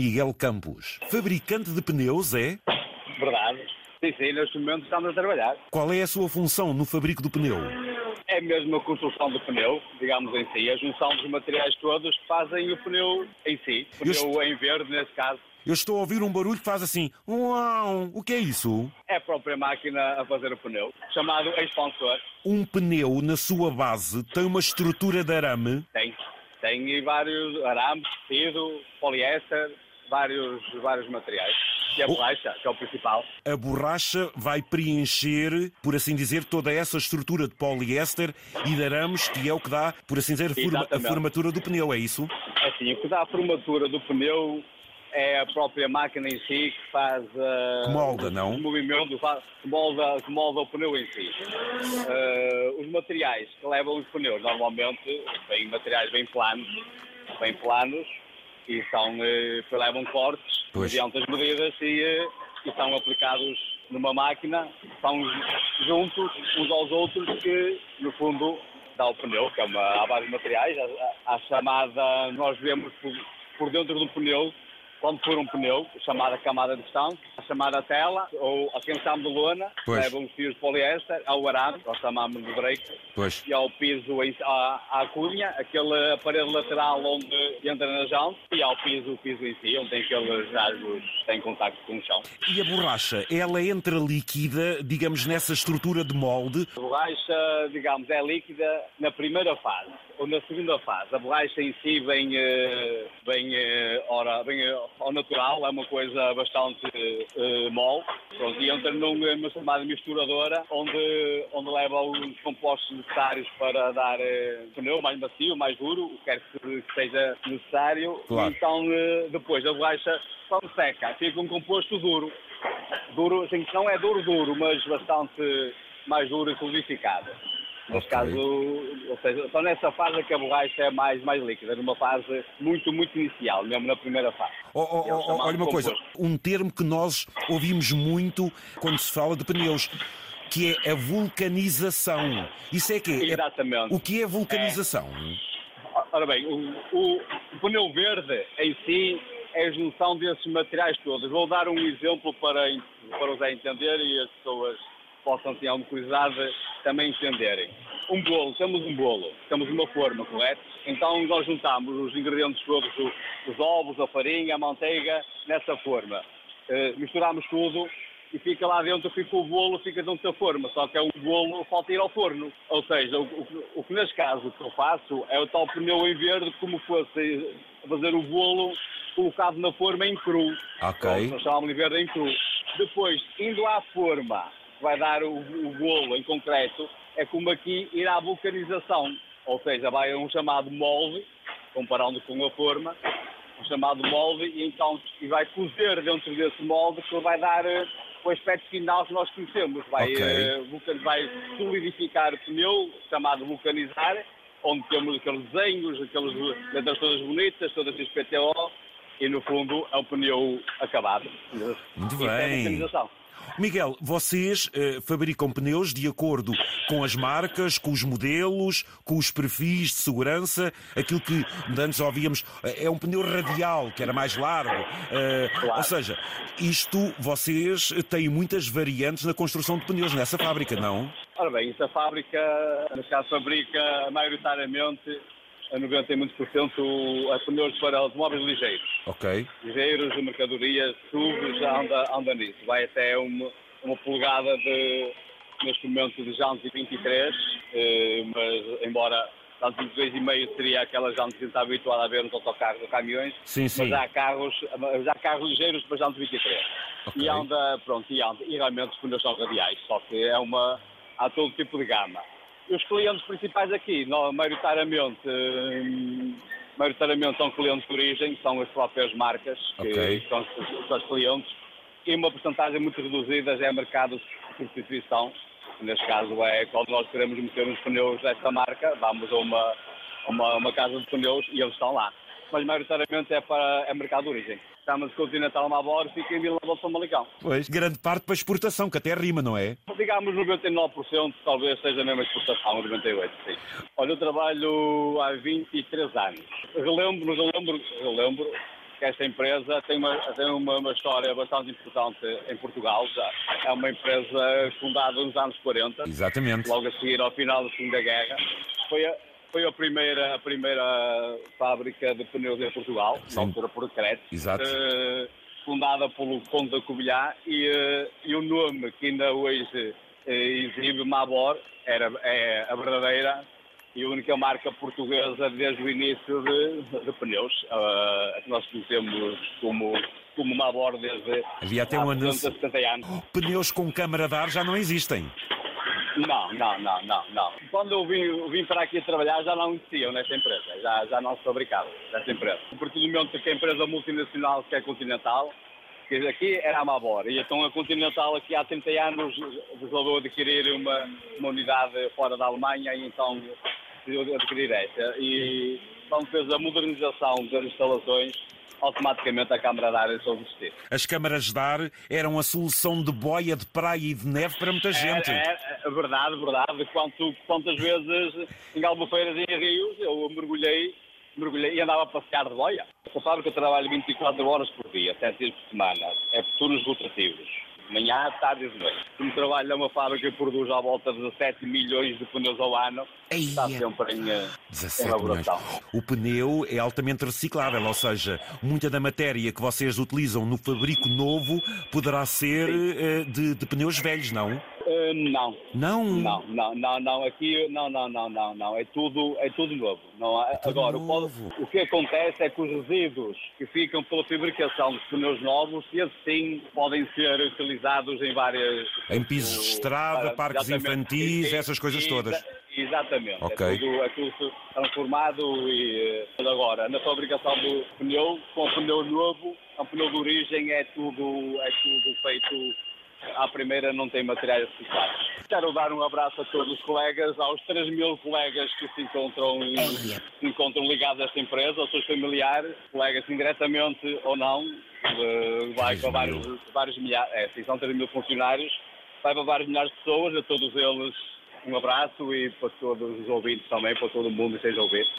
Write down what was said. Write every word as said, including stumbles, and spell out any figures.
Miguel Campos. Fabricante de pneus, é? Verdade. Sim, sim, neste momento estamos a trabalhar. Qual é a sua função no fabrico do pneu? É mesmo a construção do pneu, digamos em si, a junção dos materiais todos que fazem o pneu em si. O pneu estou... em verde, nesse caso. Eu estou a ouvir um barulho que faz assim... Uau! O que é isso? É a própria máquina a fazer o pneu, chamado expansor. Um pneu, na sua base, tem uma estrutura de arame? Tem. Tem vários arames, tecido, poliéster, vários, vários materiais. E a borracha, que é o principal. A borracha vai preencher, por assim dizer, toda essa estrutura de poliéster e de arames, que é o que dá, por assim dizer, forma, a formatura do pneu, é isso? É assim, o que dá a formatura do pneu é a própria máquina em si que faz uh, que molda, não? o movimento, que molda, que molda o pneu em si. Uh, os materiais que levam os pneus, normalmente, vêm materiais bem planos, bem planos, e são, uh, levam cortes, mediante as medidas, e, uh, e são aplicados numa máquina, são juntos uns aos outros, que, no fundo, dá o pneu, que é uma, à base de materiais, a, a chamada, nós vemos por, por dentro do pneu, quando for um pneu, chamada camada de vestão, a chamada tela, ou a que chamamos de lona, leva uns fios de poliéster, ao arame, nós chamamos de break, pois. E ao piso, à, à cunha, aquele aparelho lateral onde entra na jante, e ao piso, o piso em si, onde tem aqueles rasgos, tem contacto com o chão. E a borracha, ela entra líquida, digamos, nessa estrutura de molde? A borracha, digamos, é líquida na primeira fase, ou na segunda fase. A borracha em si vem, vem, ora, vem ao natural, é uma coisa bastante uh, mole, pronto, e entra numa chamada misturadora, onde, onde leva os compostos necessários para dar uh, pneu mais macio, mais duro, o que quer que seja necessário. Claro. Então, uh, depois, a borracha, quando seca, fica um composto duro. Duro, assim, não é duro, duro, mas bastante mais duro e solidificado. Neste okay. caso, ou seja, só nessa fase que a borracha é mais, mais líquida, numa fase muito, muito inicial, mesmo na primeira fase. Oh, oh, oh, olha uma coisa, um termo que nós ouvimos muito quando se fala de pneus, que é a vulcanização. Isso é quê? Exatamente. É... O que é vulcanização? É... Ora bem, o, o, o pneu verde em si é a junção desses materiais todos. Vou dar um exemplo para, para os entender e as pessoas possam ter alguma curiosidade também entenderem. Um bolo, temos um bolo, temos uma forma, correto? Então nós juntamos os ingredientes todos, os ovos, a farinha, a manteiga, nessa forma. Uh, misturamos tudo e fica lá dentro, fica o bolo, fica dentro da forma, só que é um bolo, falta ir ao forno. Ou seja, o, o, o que neste caso o que eu faço é o tal pneu em verde, como fosse fazer o bolo colocado na forma em cru. Ok. Nós chamamos de verde em cru. Depois, indo à forma, vai dar o, o bolo em concreto, é como aqui ir à vulcanização, ou seja, vai a um chamado molde, comparando com a forma, um chamado molde, e então e vai cozer dentro desse molde, que vai dar uh, o aspecto final que nós conhecemos, vai, okay. uh, vulcan, vai solidificar o pneu, chamado vulcanizar, onde temos aqueles desenhos, aquelas letras todas bonitas, todas as P T O, e no fundo é um pneu acabado. Muito Isso bem. é vulcanização. Miguel, vocês uh, fabricam pneus de acordo com as marcas, com os modelos, com os perfis de segurança, aquilo que antes ouvíamos, uh, é um pneu radial, que era mais largo. Uh, claro. Ou seja, isto, vocês têm muitas variantes na construção de pneus nessa fábrica, não? Ora bem, essa fábrica, neste caso, fabrica maioritariamente a noventa e muitos por cento a pneus para automóveis ligeiros. Ok. Ligeiros, de mercadorias, subs, anda, anda nisso. Vai até uma, uma polegada de, neste momento, de jantes vinte e três, eh, mas embora jantes vinte e três e meio seria aquelas jantes que está habituado a ver nos autocarros ou caminhões, sim, sim. mas há carros, já há carros ligeiros para jantes vinte e três. Okay. E anda, pronto, e anda, e realmente os pneus são radiais, só que é uma, há todo tipo de gama. Os clientes principais aqui, maioritariamente, maioritariamente são clientes de origem, são as próprias marcas que okay. são, são os clientes, e uma porcentagem muito reduzida já é mercado de substituição. Neste caso é quando nós queremos meter uns pneus desta marca, vamos a uma, uma, uma casa de pneus e eles estão lá. Mas maioritariamente é para é mercado de origem. Chama-se Continental Mabor, fica em Vila Nova de Famalicão. Pois, grande parte para exportação, que até rima, não é? Digamos noventa e nove por cento, talvez seja mesmo a exportação, noventa e oito por cento, sim. Olha, eu trabalho há vinte e três anos. Relembro, relembro, relembro que esta empresa tem uma, tem uma, uma história bastante importante em Portugal. Já. É uma empresa fundada nos anos quarenta, Exatamente. logo a seguir ao final da Segunda Guerra. Foi a, foi a, primeira, a primeira fábrica de pneus em Portugal, Sim. na altura por decreto. Exato. Uh, fundada pelo Conde da Covilhã e, uh, e o nome que ainda hoje uh, exibe, Mabor, era, é a verdadeira e a única marca portuguesa desde o início de, de pneus, uh, que nós conhecemos como, como Mabor desde Havia até há um anúncio. setenta anos. Oh, pneus com câmara de ar já não existem. Não, não, não, não, não. Quando eu vim, vim para aqui trabalhar já não existiam nesta empresa, já, já não se fabricava nesta empresa. A partir do momento que a empresa multinacional que é Continental, que aqui era a Mabor, e então a Continental aqui há trinta anos resolveu adquirir uma, uma unidade fora da Alemanha e então decidiu adquirir esta. E quando fez a modernização das instalações, automaticamente a câmara de ar deixou de existir. As câmaras de ar eram a solução de boia de praia e de neve para muita gente. É, é, é verdade, verdade. Quanto, quantas vezes em Albufeiras e em Rios eu mergulhei, mergulhei e andava a passear de boia. A fábrica trabalha vinte e quatro horas por dia, sete dias por semana. É por turnos rotativos. Manhã, tarde e de noite. Como trabalho numa fábrica que produz à volta de dezassete milhões de pneus ao ano, Eia. está sempre em, em elaboração. O pneu é altamente reciclável, ou seja, muita da matéria que vocês utilizam no fabrico novo poderá ser uh, de, de pneus velhos, não? Uh, não. Não? Não, não, não, não. Aqui, não, não, não, não, não. É tudo, é tudo novo. Não, é, tudo agora, novo. O, o que acontece é que os resíduos que ficam pela fabricação dos pneus novos, esses sim podem ser utilizados em várias... Em pisos de estrada, para, parques infantis, essas coisas todas. Exatamente. Okay. É tudo, é tudo transformado e agora, na fabricação do pneu, com o pneu novo, o pneu de origem é tudo, é tudo feito... À primeira não tem materiais reciclados. Quero dar um abraço a todos os colegas, aos três mil colegas que se encontram, se encontram ligados a esta empresa, aos seus familiares, colegas indiretamente ou não, vai para vários, vários milhares, é, sim, são três mil funcionários, vai para vários milhares de pessoas, a todos eles um abraço e para todos os ouvintes também, para todo mundo que esteja a ouvir.